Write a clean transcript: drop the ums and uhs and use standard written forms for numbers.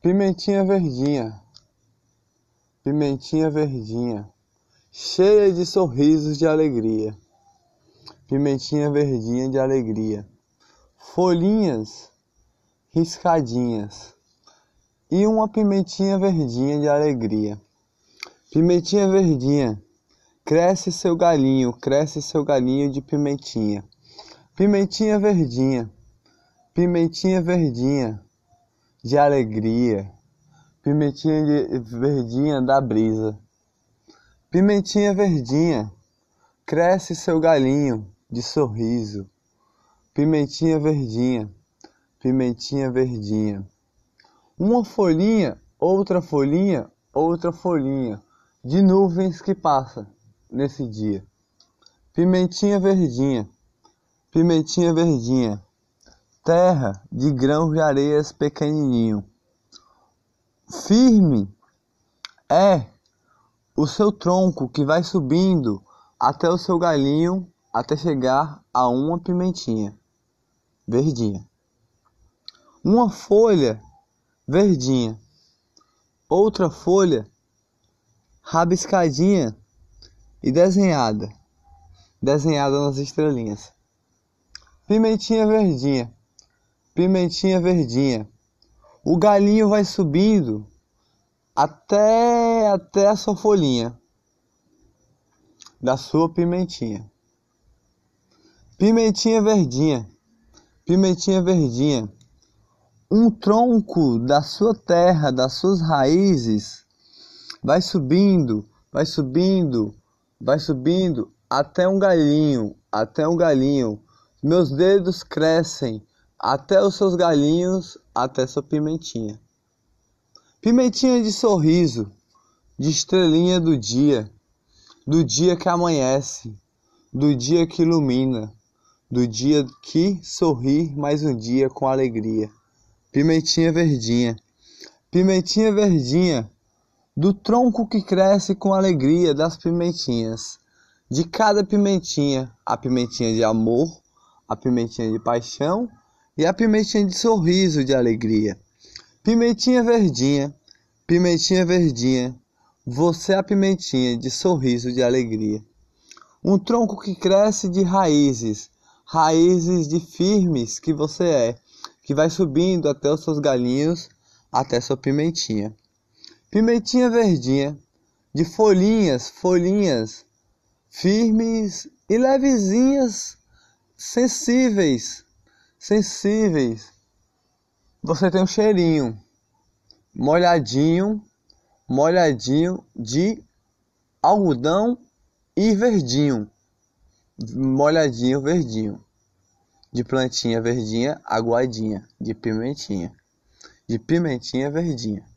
Pimentinha verdinha, pimentinha verdinha, cheia de sorrisos de alegria. Pimentinha verdinha de alegria, folhinhas riscadinhas e uma pimentinha verdinha de alegria. Pimentinha verdinha, cresce seu galinho de pimentinha. Pimentinha verdinha de alegria. Pimentinha verdinha da brisa. Pimentinha verdinha, cresce seu galinho de sorriso. Pimentinha verdinha uma folhinha, outra folhinha, outra folhinha de nuvens que passa nesse dia. Pimentinha verdinha, terra de grãos de areias pequenininho. Firme é o seu tronco que vai subindo até o seu galinho, até chegar a uma pimentinha verdinha. Uma folha verdinha, outra folha rabiscadinha e desenhada nas estrelinhas. Pimentinha verdinha, o galinho vai subindo até a sua folhinha da sua pimentinha. Pimentinha verdinha, um tronco da sua terra, das suas raízes, vai subindo até um galinho. Meus dedos crescem até os seus galinhos, até sua pimentinha. Pimentinha de sorriso, de estrelinha do dia que amanhece, do dia que ilumina, do dia que sorri mais um dia com alegria. Pimentinha verdinha, do tronco que cresce com alegria das pimentinhas. De cada pimentinha, a pimentinha de amor, a pimentinha de paixão e a pimentinha de sorriso de alegria. Pimentinha verdinha, você é a pimentinha de sorriso de alegria. Um tronco que cresce de raízes de firmes que você é, que vai subindo até os seus galinhos, até sua pimentinha. Pimentinha verdinha, de folhinhas firmes e levezinhas, sensíveis. Você tem um cheirinho molhadinho de algodão e verdinho, de plantinha verdinha aguadinha, de pimentinha verdinha.